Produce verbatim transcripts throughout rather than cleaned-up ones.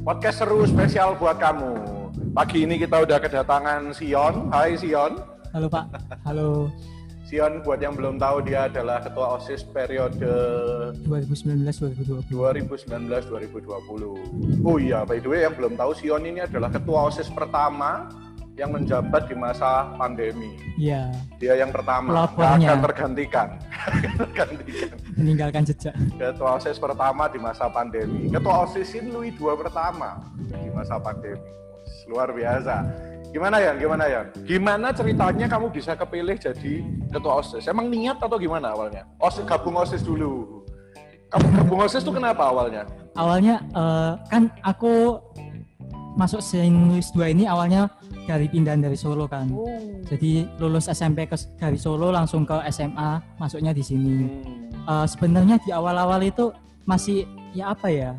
podcast seru spesial buat kamu. Pagi ini kita udah kedatangan Sion. Hai Sion. Halo Pak. Halo. Sion, buat yang belum tahu, dia adalah ketua OSIS periode dua ribu sembilan belas dua ribu dua puluh. Oh iya, by the way, yang belum tahu, Sion ini adalah ketua OSIS pertama yang menjabat di masa pandemi. Iya. Dia yang pertama, Pelapornya. akan tergantikan. tergantikan. Meninggalkan jejak. Ketua OSIS pertama di masa pandemi. Ketua OSIS ini Louis dua pertama di masa pandemi. Luar biasa. Gimana ya? Gimana ya? Gimana ceritanya kamu bisa kepilih jadi ketua OSIS? Emang niat atau gimana awalnya? OSIS gabung OSIS dulu. Kamu gabung OSIS itu kenapa awalnya? Awalnya uh, kan aku masuk Saint Louis dua ini awalnya dari pindahan dari Solo kan. Oh. Jadi lulus S M P ke, dari Solo langsung ke S M A, masuknya di sini. Hmm. Uh, sebenarnya di awal-awal itu masih ya apa ya?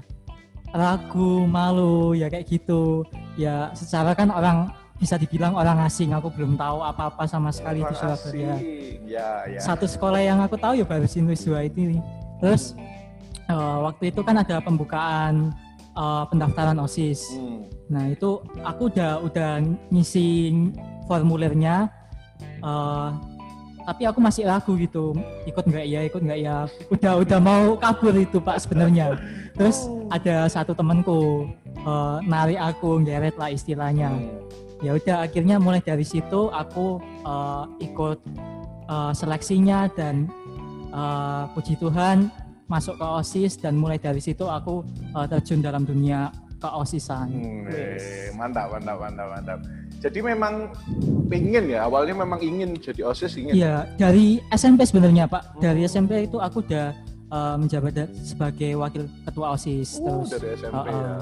Ragu, malu, ya kayak gitu. Ya secara kan orang bisa dibilang orang asing, aku belum tahu apa-apa sama sekali orang di Surabaya. Ya, ya. Satu sekolah yang aku tahu ya baru Saint Louis dua ini. Terus uh, waktu itu kan ada pembukaan uh, pendaftaran OSIS. Hmm. Nah itu aku udah udah ngisi formulirnya, uh, tapi aku masih ragu gitu, ikut nggak ya, ikut nggak ya. Udah udah mau kabur itu Pak sebenarnya. Terus ada satu temanku uh, narik aku, ngeret lah istilahnya. Ya udah akhirnya mulai dari situ aku uh, ikut uh, seleksinya dan uh, puji Tuhan masuk ke OSIS dan mulai dari situ aku uh, terjun dalam dunia keosisan. Hmm, eh, mantap, mantap, mantap, mantap. Jadi memang pengen ya, awalnya memang ingin jadi OSIS, ingin? Iya, dari S M P sebenarnya Pak. Dari S M P itu aku udah uh, menjabat sebagai wakil ketua OSIS. Oh, terus, dari S M P uh, uh, ya.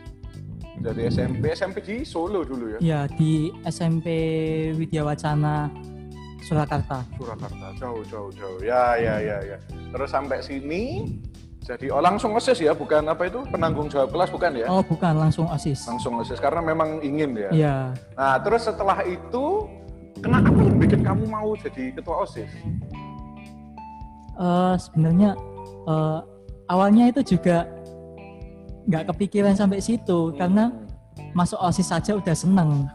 Dari S M P, S M P di Solo dulu ya? Iya, di S M P Widya Wacana Surakarta. Surakarta, jauh, jauh, jauh. Ya, ya, ya, ya. Terus sampai sini, jadi oh langsung OSIS ya, bukan apa itu penanggung jawab kelas, bukan ya? Oh, bukan, langsung OSIS. Langsung OSIS karena memang ingin ya. Iya. Nah, terus setelah itu, kenapa yang bikin kamu mau jadi ketua OSIS? Uh, sebenarnya uh, awalnya itu juga nggak kepikiran sampai situ hmm. karena masuk OSIS saja udah seneng.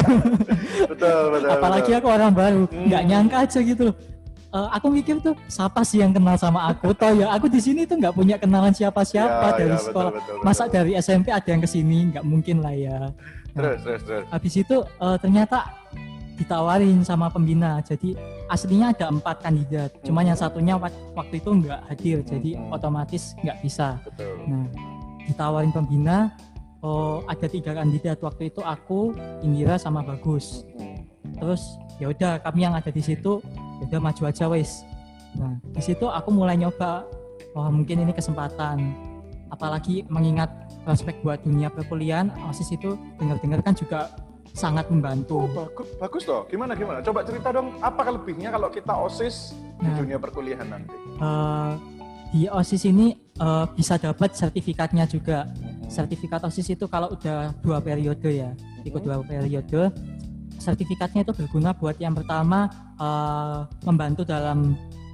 Betul, betul. Apalagi betul. aku orang baru, nggak hmm. nyangka aja gitu. Uh, aku mikir tuh siapa sih yang kenal sama aku? Toh ya aku di sini tuh nggak punya kenalan siapa-siapa ya, dari ya, sekolah. Betul, betul, Masa betul. Dari S M P ada yang kesini, nggak mungkin lah ya. Nah, terus, terus, terus. Habis itu uh, ternyata ditawarin sama pembina. Jadi aslinya ada empat kandidat, hmm. cuman yang satunya waktu itu nggak hadir, hmm. jadi otomatis nggak bisa. Betul. Nah, ditawarin pembina, oh ada tiga kandidat waktu itu, aku, Indira sama Bagus. Terus ya udah kami yang ada di situ, ya udah maju aja wes. Nah di situ aku mulai nyoba, oh mungkin ini kesempatan. Apalagi mengingat prospek buat dunia perkuliahan, OSIS itu dengar-dengar kan juga sangat membantu. Oh, bagus, bagus loh. Gimana gimana? Coba cerita dong, apa kelebihnya kalau kita OSIS di nah, dunia perkuliahan nanti? Uh, di OSIS ini uh, bisa dapat sertifikatnya juga. Sertifikat OSIS itu kalau udah dua periode ya, ikut dua periode, sertifikatnya itu berguna buat yang pertama uh, membantu dalam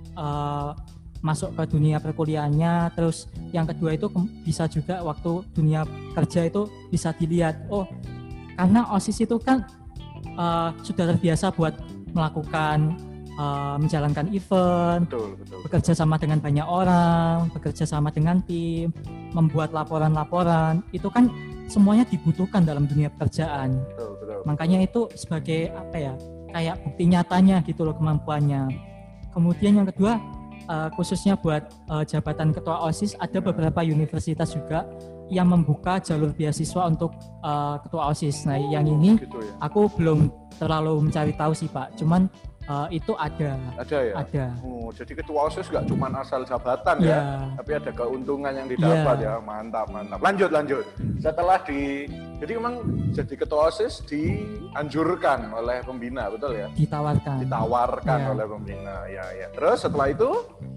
uh, masuk ke dunia perkuliahannya, terus yang kedua itu bisa juga waktu dunia kerja itu bisa dilihat, oh karena OSIS itu kan uh, sudah terbiasa buat melakukan Uh, menjalankan event, betul, betul. bekerja sama dengan banyak orang, bekerja sama dengan tim, membuat laporan-laporan, itu kan semuanya dibutuhkan dalam dunia pekerjaan. Betul, betul. Makanya itu sebagai apa ya, kayak bukti nyatanya gitu loh kemampuannya. Kemudian yang kedua, uh, khususnya buat uh, jabatan ketua OSIS, ada beberapa universitas juga yang membuka jalur beasiswa untuk uh, ketua OSIS. Nah, yang ini gitu ya? Aku belum terlalu mencari tahu sih Pak, cuman Uh, itu ada. Ada ya? Ada. Oh, jadi ketua OSIS nggak cuma asal jabatan ya, ya, tapi ada keuntungan yang didapat ya. ya. Mantap, mantap. Lanjut, lanjut. Setelah di, jadi memang jadi ketua OSIS dianjurkan oleh pembina, betul ya? Ditawarkan. Ditawarkan ya. oleh pembina, ya, ya. Terus setelah itu?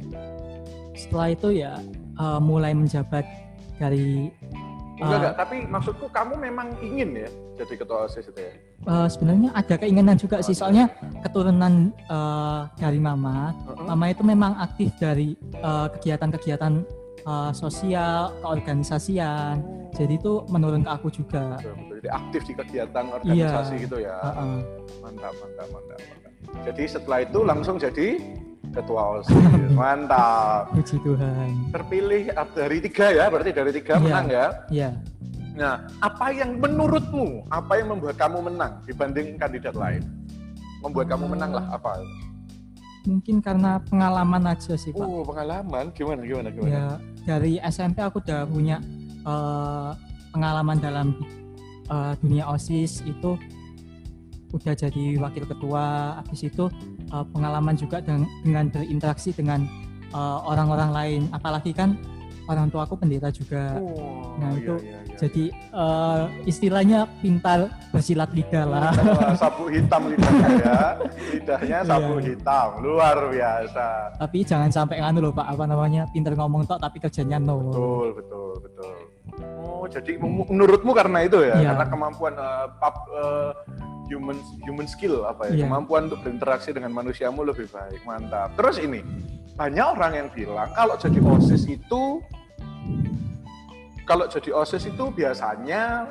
Setelah itu ya uh, mulai menjabat dari. Enggak, uh, enggak. Tapi maksudku kamu memang ingin ya jadi ketua OSIS itu ya? Uh, sebenarnya ada keinginan juga sih, soalnya keturunan uh, dari mama, uh-huh. mama itu memang aktif dari uh, kegiatan-kegiatan uh, sosial, keorganisasian. Jadi itu menurun ke aku juga. Betul, betul. Jadi aktif di kegiatan organisasi iya. gitu ya. Uh-uh. Mantap, mantap, mantap, mantap. Jadi setelah itu langsung jadi ketua OSIS. Mantap. Puji Tuhan. Terpilih dari tiga ya, berarti dari tiga yeah. menang ya. Iya. Yeah. Nah, apa yang menurutmu, apa yang membuat kamu menang dibanding kandidat lain? Membuat kamu menang lah apa? Mungkin karena pengalaman aja sih Pak. Oh, pengalaman? Gimana, gimana, gimana? Ya, dari S M P aku udah punya uh, pengalaman dalam uh, dunia OSIS itu udah jadi wakil ketua, habis itu uh, pengalaman juga dengan, dengan berinteraksi dengan uh, orang-orang lain, apalagi kan orang tua aku pendeta juga. Oh, nah itu iya, iya, iya. Jadi uh, istilahnya pintar bersilat lidah lah. Sapu hitam lidahnya ya, lidahnya sapu iya. hitam, luar biasa. Tapi jangan sampai nganu loh Pak, apa namanya, pintar ngomong tok tapi kerjanya no. Betul, betul, betul. Oh, jadi menurutmu karena itu ya, iya. karena kemampuan uh, pub, uh, human human skill apa ya, iya. kemampuan untuk berinteraksi dengan manusiamu lebih baik, mantap. Terus ini, banyak orang yang bilang kalau jadi OSIS itu kalau jadi OSIS itu biasanya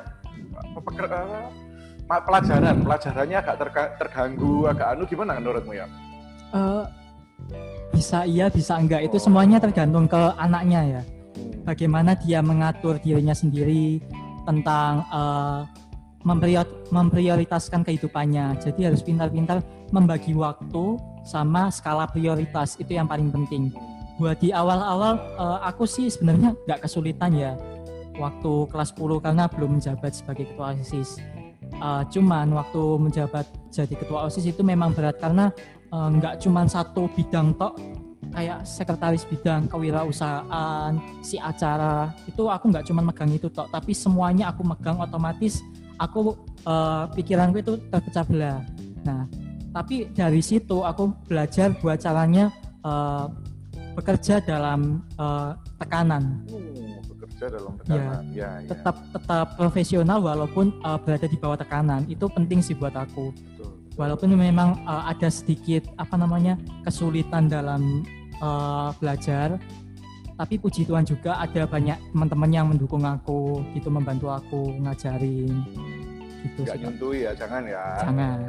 pelajaran pelajarannya agak terga- terganggu, agak anu, gimana menurutmu ya? Uh, bisa iya, bisa enggak, itu oh. semuanya tergantung ke anaknya ya. Hmm. Bagaimana dia mengatur dirinya sendiri tentang uh, memprior- memprioritaskan kehidupannya. Jadi harus pintar-pintar membagi waktu sama skala prioritas, itu yang paling penting. Buat di awal-awal uh, aku sih sebenarnya nggak kesulitan ya waktu kelas sepuluh karena belum menjabat sebagai ketua OSIS. Uh, cuman waktu menjabat jadi ketua OSIS itu memang berat karena uh, nggak cuman satu bidang tok, kayak sekretaris bidang kewirausahaan, si acara, itu aku nggak cuman megang itu tok, tapi semuanya aku megang, otomatis aku uh, pikiranku itu terpecah belah. Nah, tapi dari situ aku belajar buat caranya uh, bekerja dalam uh, tekanan. Hmm, bekerja dalam tekanan. Ya, ya, tetap ya. tetap profesional walaupun uh, berada di bawah tekanan. Itu penting sih buat aku. Betul, betul. Walaupun memang uh, ada sedikit apa namanya kesulitan dalam uh, belajar, tapi puji Tuhan juga ada banyak teman-teman yang mendukung aku, gitu, membantu aku ngajarin. Gitu. Gak nyuntui ya, jangan ya. Jangan.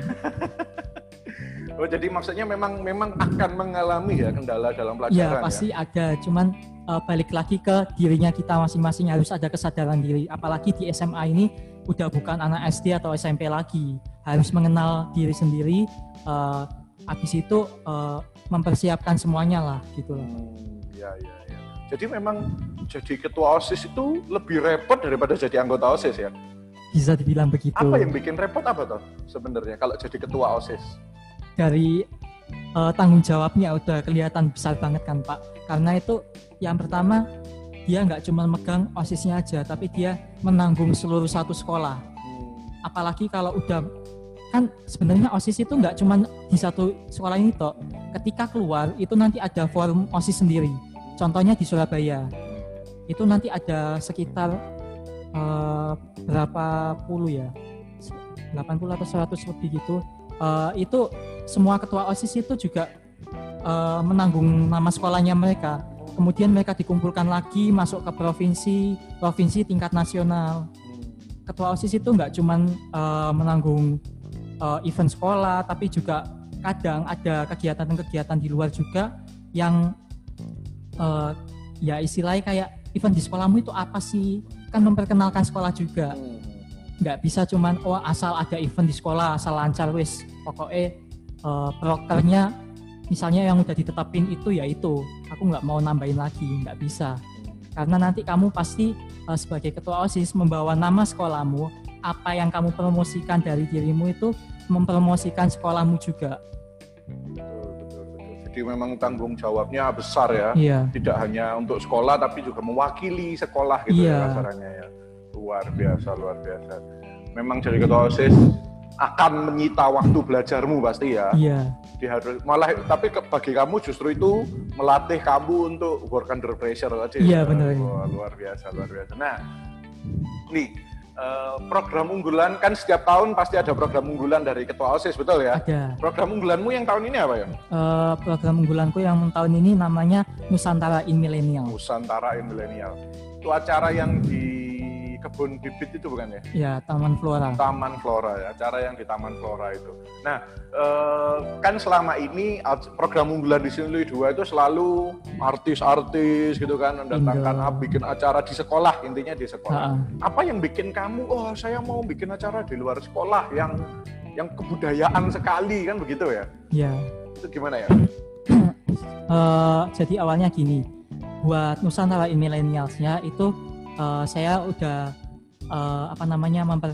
Oh, jadi maksudnya memang memang akan mengalami ya kendala dalam pelajaran ya? Ya pasti ya? Ada, cuman uh, balik lagi ke dirinya kita masing-masing, harus ada kesadaran diri. Apalagi di S M A ini udah bukan anak S D atau S M P lagi, harus mengenal diri sendiri. Uh, habis itu uh, mempersiapkan semuanya lah, gitu loh. Hmm, ya ya ya. Jadi memang jadi ketua OSIS itu lebih repot daripada jadi anggota OSIS ya? Bisa dibilang begitu. Apa yang bikin repot apa toh sebenarnya kalau jadi ketua OSIS? Dari uh, tanggung jawabnya udah kelihatan besar banget kan Pak, karena itu yang pertama dia nggak cuma megang OSISnya aja, tapi dia menanggung seluruh satu sekolah. hmm. Apalagi kalau udah, kan sebenarnya OSIS itu nggak cuma di satu sekolah ini toh, ketika keluar itu nanti ada forum OSIS sendiri. Contohnya di Surabaya itu nanti ada sekitar uh, berapa puluh ya, delapan puluh atau seratus lebih gitu. Uh, itu semua ketua OSIS itu juga uh, menanggung nama sekolahnya mereka. Kemudian mereka dikumpulkan lagi masuk ke provinsi, provinsi tingkat nasional. Ketua OSIS itu nggak cuma uh, menanggung uh, event sekolah, tapi juga kadang ada kegiatan-kegiatan di luar juga yang uh, ya istilahnya kayak event di sekolahmu itu apa sih? Kan memperkenalkan sekolah juga. Nggak bisa cuman oh asal ada event di sekolah asal lancar wis, pokoknya uh, prokernya misalnya yang udah ditetapin itu ya itu, aku nggak mau nambahin lagi, nggak bisa, karena nanti kamu pasti uh, sebagai ketua OSIS membawa nama sekolahmu, apa yang kamu promosikan dari dirimu itu mempromosikan sekolahmu juga. Betul, betul, betul. Jadi memang tanggung jawabnya besar ya, iya. Tidak hanya untuk sekolah tapi juga mewakili sekolah gitu iya. ya kasarannya ya. Luar biasa, luar biasa. Memang jadi ketua OSIS akan menyita waktu belajarmu pasti ya. Iya. Diharus, malah tapi ke, bagi kamu justru itu melatih kamu untuk work under pressure aja. Iya benar. Wah, luar biasa, luar biasa. Nah, nih uh, program unggulan kan setiap tahun pasti ada program unggulan dari ketua OSIS, betul ya? Ada. Program unggulanmu yang tahun ini apa ya? Uh, program unggulanku yang tahun ini namanya Nusantara in Millennial. Nusantara in Millennial. Itu acara yang di kebun bibit itu bukan ya? Ya, Taman Flora. Taman Flora ya, acara yang di Taman Flora itu. Nah, eh, kan selama ini program unggulan di Sinlui dua itu selalu artis-artis gitu kan, mendatangkan bikin acara di sekolah, intinya di sekolah. Ha-ha. Apa yang bikin kamu, oh saya mau bikin acara di luar sekolah yang yang kebudayaan sekali kan begitu ya? Iya. Itu gimana ya? uh, jadi awalnya gini, buat Nusantara in Millennials-nya itu Uh, saya udah uh, apa namanya memper,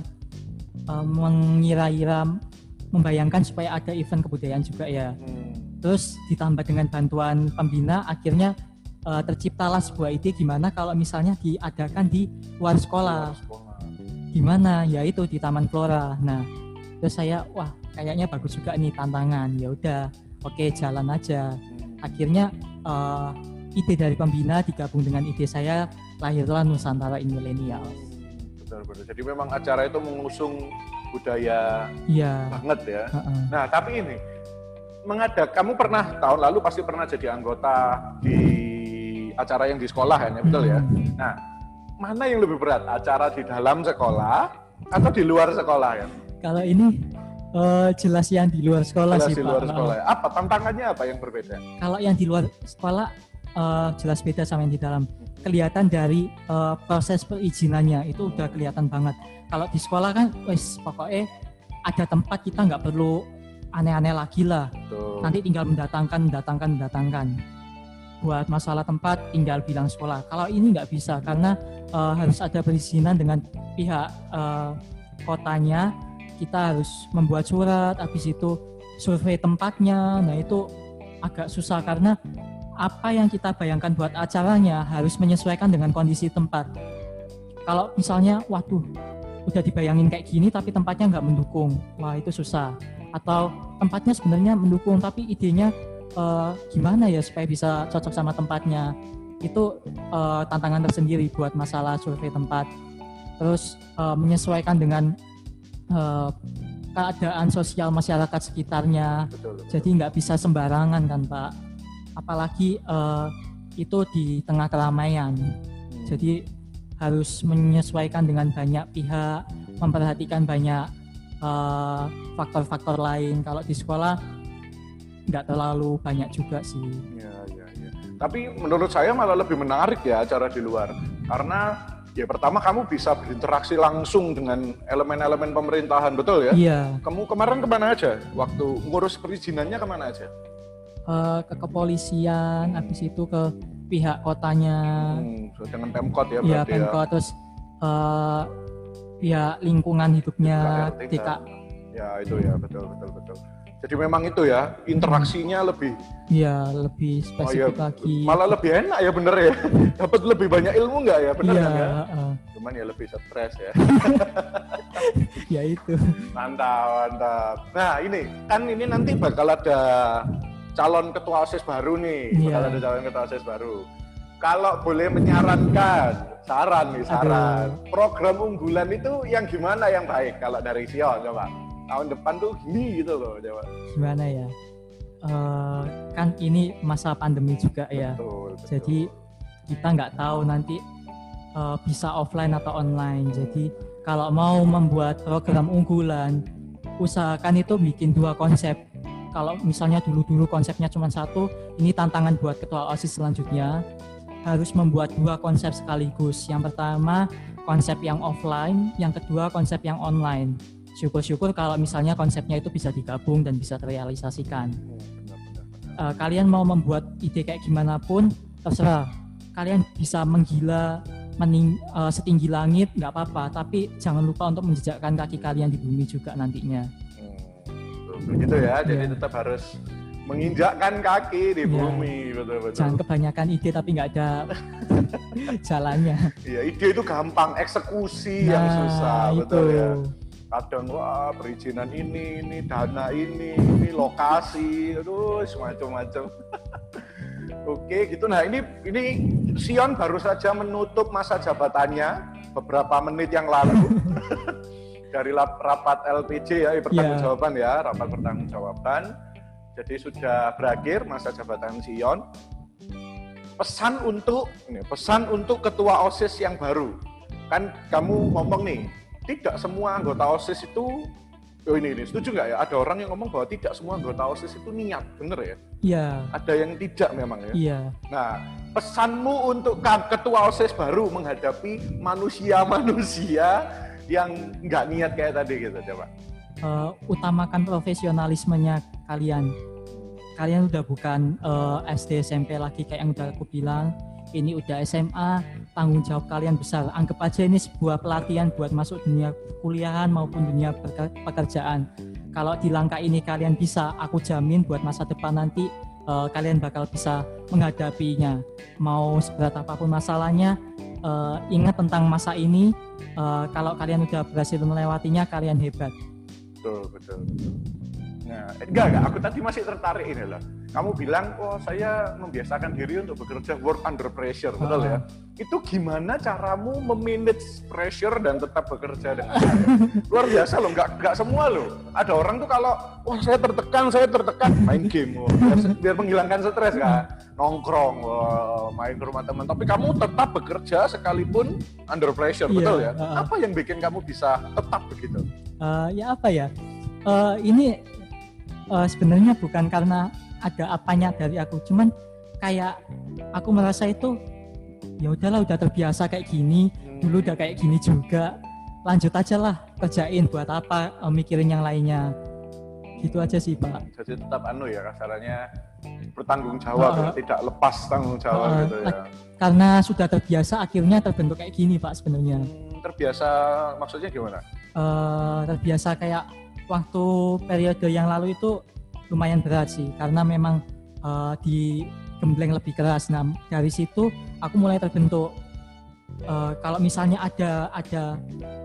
uh, mengira-ira membayangkan supaya ada event kebudayaan juga ya. Hmm. Terus ditambah dengan bantuan pembina, akhirnya uh, terciptalah sebuah ide gimana kalau misalnya diadakan di luar sekolah. Luar sekolah. Gimana? Ya itu di Taman Flora. Nah, terus saya wah kayaknya bagus juga nih tantangan. Ya udah, oke jalan aja. Akhirnya uh, ide dari pembina digabung dengan ide saya, lahirlah Nusantara in Millennial. Betul-betul. Jadi memang acara itu mengusung budaya ya. banget ya. Uh-uh. Nah, tapi ini mengadak, kamu pernah tahun lalu pasti pernah jadi anggota di acara yang di sekolah kan ya, betul ya? Nah, mana yang lebih berat? Acara di dalam sekolah atau di luar sekolah ya? Kalau ini uh, jelas yang di luar sekolah jelas sih, di luar Pak. Sekolah. Apa tantangannya apa yang berbeda? Kalau yang di luar sekolah uh, jelas beda sama yang di dalam. Kelihatan dari uh, proses perizinannya itu udah kelihatan banget. Kalau di sekolah kan, wes pokoknya ada tempat kita nggak perlu aneh-aneh lagi lah. Betul. Nanti tinggal mendatangkan, mendatangkan, mendatangkan. Buat masalah tempat tinggal bilang sekolah. Kalau ini nggak bisa karena uh, harus ada perizinan dengan pihak uh, kotanya. Kita harus membuat surat, habis itu survei tempatnya. Nah itu agak susah karena apa yang kita bayangkan buat acaranya harus menyesuaikan dengan kondisi tempat. Kalau misalnya, waduh, udah dibayangin kayak gini tapi tempatnya nggak mendukung, wah itu susah. Atau tempatnya sebenarnya mendukung tapi idenya uh, gimana ya supaya bisa cocok sama tempatnya. Itu uh, tantangan tersendiri buat masalah survei tempat. Terus uh, menyesuaikan dengan uh, keadaan sosial masyarakat sekitarnya. Betul, betul. Jadi nggak bisa sembarangan kan Pak. Apalagi uh, itu di tengah keramaian. Hmm. Jadi harus menyesuaikan dengan banyak pihak, memperhatikan banyak uh, faktor-faktor lain. Kalau di sekolah nggak terlalu banyak juga sih. Ya, ya, ya. Tapi menurut saya malah lebih menarik ya acara di luar. Karena ya pertama kamu bisa berinteraksi langsung dengan elemen-elemen pemerintahan, betul ya? Iya. Kamu kemarin kemana aja? Waktu ngurus perizinannya kemana aja? Uh, ke kepolisian, habis itu ke pihak kotanya. Hmm, dengan Pemkot ya berarti ya? Iya, ya? Pemkot, terus uh, pihak lingkungan hidupnya, T K. Ya itu ya, betul, betul, betul. Jadi memang itu ya, interaksinya hmm. lebih... Iya, lebih spesifik oh, ya, lagi. Malah lebih enak ya, bener ya? Dapat lebih banyak ilmu nggak ya, bener ya, kan ya? Uh. Cuman ya lebih stres ya. Ya itu. Mantap, mantap. Nah ini, kan ini nanti bakal ada calon ketua OSIS baru nih, yeah. bakal ada calon ketua OSIS baru. Kalau boleh menyarankan, saran nih, saran. Aduh. Program unggulan itu yang gimana yang baik kalau dari Sion, coba. Tahun depan tuh gini gitu loh, coba. Gimana ya? Uh, kan ini masa pandemi juga ya. Betul, betul. Jadi kita nggak tahu nanti uh, bisa offline atau online. Hmm. Jadi kalau mau membuat program unggulan, usahakan itu bikin dua konsep. Kalau misalnya dulu-dulu konsepnya cuma satu, ini tantangan buat ketua OSIS selanjutnya harus membuat dua konsep sekaligus. Yang pertama konsep yang offline, yang kedua konsep yang online. Syukur-syukur kalau misalnya konsepnya itu bisa digabung dan bisa terrealisasikan. Uh, kalian mau membuat ide kayak gimana pun terserah. Kalian bisa menggila mening, uh, setinggi langit nggak apa-apa, tapi jangan lupa untuk menjejakkan kaki kalian di bumi juga nantinya. Begitu ya, jadi yeah. tetap harus menginjakkan kaki di yeah. bumi, betul-betul. Jangan kebanyakan ide tapi nggak ada jalannya. Iya, ide itu gampang, eksekusi nah, yang susah, itu. Betul ya. Kadang wah perizinan ini, ini dana ini, ini lokasi, aduh semacam-macam. Oke, gitu. Nah ini ini Sion baru saja menutup masa jabatannya beberapa menit yang lalu dari rapat L P J ya, pertanggungjawaban yeah. ya, rapat pertanggungjawaban. Jadi sudah berakhir masa jabatan Sion. Pesan untuk ini, pesan untuk ketua OSIS yang baru. Kan kamu ngomong nih, tidak semua anggota OSIS itu oh ini, ini setuju nggak ya? Ada orang yang ngomong bahwa tidak semua anggota OSIS itu niat, bener ya? Iya. Ada yang tidak memang ya? Iya. Nah, pesanmu untuk ketua OSIS baru menghadapi manusia-manusia yang nggak niat kayak tadi gitu, coba. Uh, utamakan profesionalismenya kalian. Kalian udah bukan uh, S D S M P lagi kayak yang udah aku bilang. Ini udah S M A, tanggung jawab kalian besar. Anggap aja ini sebuah pelatihan buat masuk dunia kuliahan maupun dunia pekerjaan. Kalau di langkah ini kalian bisa, aku jamin buat masa depan nanti uh, kalian bakal bisa menghadapinya. Mau seberat apapun masalahnya, uh, ingat tentang masa ini. Uh, kalau kalian udah berhasil melewatinya, kalian hebat. Betul, betul, betul. Nah, enggak, enggak, aku tadi masih tertarik ini loh. Kamu bilang, oh saya membiasakan diri untuk bekerja work under pressure, betul uh. ya? Itu gimana caramu memanage pressure dan tetap bekerja dengan luar biasa loh, enggak, enggak semua loh. Ada orang tuh kalau, wah saya tertekan, saya tertekan, main game, oh, biar, biar menghilangkan stres kan, nongkrong, oh, main ke rumah teman. Tapi kamu tetap bekerja sekalipun under pressure, yeah, betul ya? Uh. Apa yang bikin kamu bisa tetap begitu? Uh, ya apa ya? Uh, ini uh, sebenarnya bukan karena ada apanya dari aku, cuman kayak aku merasa itu ya udahlah udah terbiasa kayak gini, dulu udah kayak gini juga, lanjut aja lah kerjain buat apa uh, mikirin yang lainnya, gitu aja sih Pak. Jadi tetap anu ya kasarannya bertanggung jawab, uh, ya, tidak lepas tanggung jawab uh, gitu ya. Karena sudah terbiasa akhirnya terbentuk kayak gini Pak sebenarnya. Hmm, terbiasa maksudnya gimana? Uh, terbiasa kayak waktu periode yang lalu itu lumayan berat sih, karena memang uh, digembleng lebih keras. Nah dari situ aku mulai terbentuk. Uh, kalau misalnya ada ada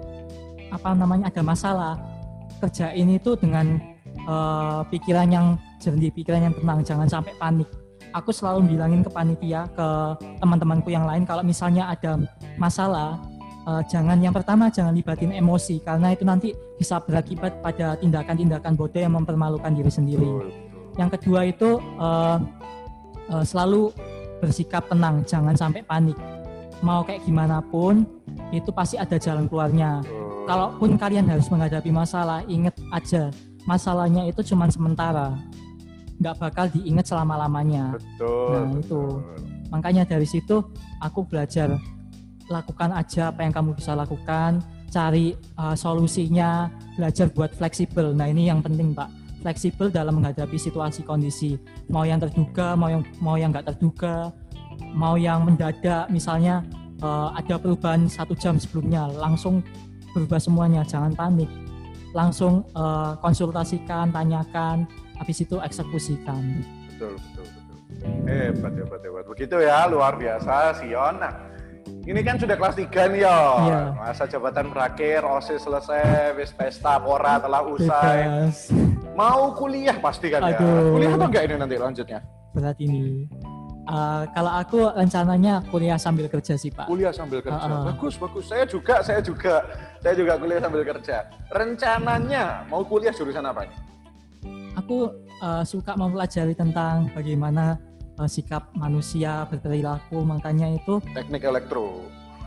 apa namanya ada masalah, kerjain itu dengan uh, pikiran yang jernih, pikiran yang tenang, jangan sampai panik. Aku selalu bilangin ke panitia, ke teman-temanku yang lain, kalau misalnya ada masalah, Uh, jangan yang pertama jangan libatin emosi, karena itu nanti bisa berakibat pada tindakan-tindakan bodoh yang mempermalukan diri sendiri. Betul, betul. Yang kedua itu uh, uh, selalu bersikap tenang, jangan sampai panik. Mau kayak gimana pun itu pasti ada jalan keluarnya. Betul. Kalaupun kalian harus menghadapi masalah, ingat aja masalahnya itu cuma sementara, nggak bakal diingat selama-lamanya. Betul. Nah betul. itu makanya dari situ aku belajar, lakukan aja apa yang kamu bisa lakukan, cari uh, solusinya, belajar buat fleksibel. Nah ini yang penting Pak, fleksibel dalam menghadapi situasi kondisi, mau yang terduga, mau yang mau yang nggak terduga, mau yang mendadak, misalnya uh, ada perubahan satu jam sebelumnya, langsung berubah semuanya, jangan panik, langsung uh, konsultasikan, tanyakan, habis itu eksekusikan. Betul, betul, betul. Hebat, hebat, hebat. Begitu ya, luar biasa Sion. Nah, ini kan sudah kelas tiga nih ya, yeah. Masa jabatan berakhir, OSIS selesai, wis pesta pora telah usai. Bebas. Mau kuliah pasti kan. Aduh. Ya? Kuliah atau enggak ini nanti lanjutnya? Berat ini. Uh, kalau aku rencananya kuliah sambil kerja sih Pak. Kuliah sambil kerja, uh, uh. bagus bagus. Saya juga, saya juga, saya juga kuliah sambil kerja. Rencananya mau kuliah jurusan apa nih? Aku uh, suka mempelajari tentang bagaimana uh, sikap manusia berperilaku, makanya itu teknik elektro.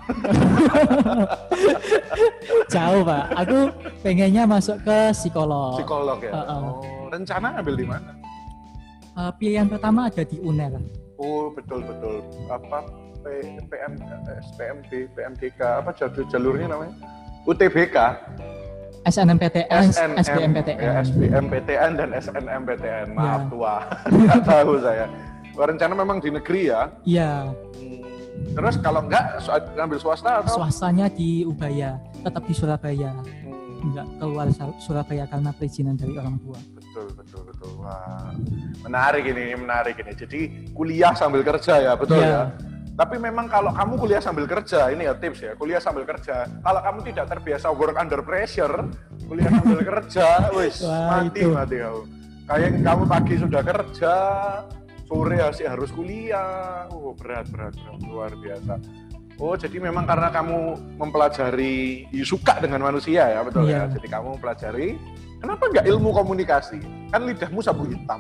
Jauh Pak, aku pengennya masuk ke psikolog. Psikolog ya. Uh, uh. Oh, rencana ambil di mana? Uh, pilihan pertama ada di U N E R. Oh betul betul. Apa P, PM, P M D, P M D K, apa jalur jalurnya namanya? U T B K. S N M P T N, S B M P T N. Ya, S B M P T N dan S N M P T N. Maaf ya. Tua, nggak tahu saya. Rencana memang di negeri ya? Iya. Hmm. Terus kalau enggak ngambil swasta atau? Swastanya di Ubaya, tetap di Surabaya. Hmm. Enggak keluar Surabaya karena perizinan dari orang tua. Betul, betul, betul. Wah, menarik ini, menarik ini. Jadi kuliah sambil kerja ya, betul ya? ya? Tapi memang kalau kamu kuliah sambil kerja, ini ya tips ya, kuliah sambil kerja. Kalau kamu tidak terbiasa work under pressure, kuliah sambil kerja, wis mati itu. mati kamu. Kayak kamu pagi sudah kerja, sore masih harus kuliah, oh berat berat, berat luar biasa. Oh, jadi memang karena kamu mempelajari, suka dengan manusia ya, betul yeah. ya? Jadi kamu mempelajari, kenapa nggak ilmu komunikasi? Kan lidahmu sabu hitam.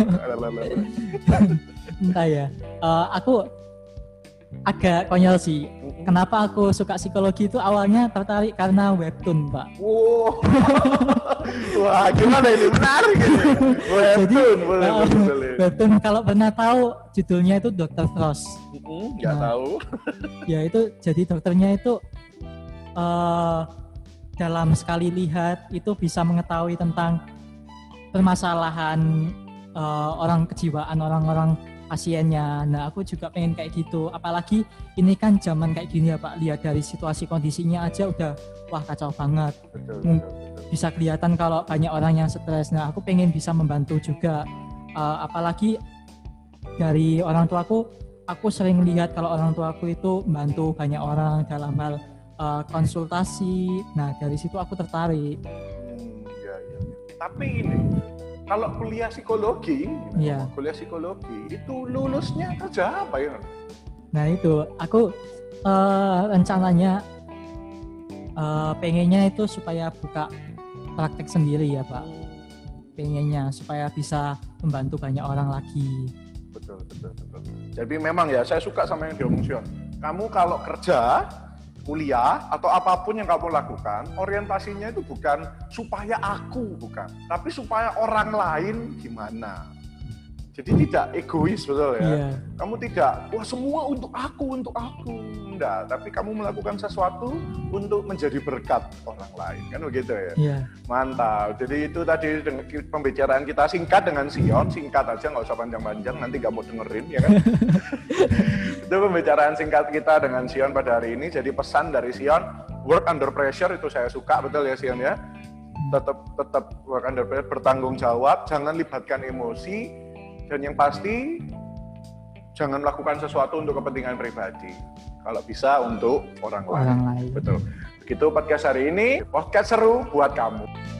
Entah ya, uh, aku agak konyol sih. Kenapa aku suka psikologi itu awalnya tertarik karena webtoon, Pak. Wow. Wah, gimana ini? Menarik ini. Webtoon, Jadi, boleh, uh, boleh, boleh. Webtoon kalau pernah tahu judulnya itu dokter Frost. Nggak nah, tahu. Ya itu, jadi dokternya itu uh, dalam sekali lihat itu bisa mengetahui tentang permasalahan uh, orang kejiwaan orang-orang pasiennya. Nah, aku juga pengen kayak gitu. Apalagi ini kan zaman kayak gini ya Pak, lihat dari situasi kondisinya aja udah wah kacau banget. Betul, betul, betul. Bisa kelihatan kalau banyak orang yang stres. Nah, aku pengen bisa membantu juga. Uh, apalagi dari orang tuaku, aku sering lihat kalau orang tuaku itu membantu banyak orang dalam hal uh, konsultasi. Nah, dari situ aku tertarik. Hmm, ya, ya. Tapi ini kalau kuliah psikologi, ya. kuliah psikologi itu lulusnya kerja apa ya? Nah itu, aku uh, rencananya uh, pengennya itu supaya buka praktek sendiri ya Pak. Pengennya supaya bisa membantu banyak orang lagi. Betul, betul, betul. Jadi memang ya, saya suka sama yang diomong Sion. Kamu kalau kerja, kuliah atau apapun yang kamu lakukan, orientasinya itu bukan supaya aku, bukan, tapi supaya orang lain gimana. Jadi tidak egois, betul ya. Yeah. Kamu tidak, wah semua untuk aku, untuk aku, enggak. Tapi kamu melakukan sesuatu untuk menjadi berkat orang lain, kan begitu ya. Yeah. Mantap. Jadi itu tadi pembicaraan kita singkat dengan Sion, singkat aja, nggak usah panjang-panjang, nanti nggak mau dengerin, ya kan. Itu pembicaraan singkat kita dengan Sion pada hari ini. Jadi pesan dari Sion, work under pressure itu saya suka, betul ya Sion ya. Tetap tetap work under pressure, bertanggung jawab, jangan libatkan emosi. Dan yang pasti, jangan lakukan sesuatu untuk kepentingan pribadi. Kalau bisa untuk orang, orang lain. lain. Betul. Begitu podcast hari ini, podcast seru buat kamu.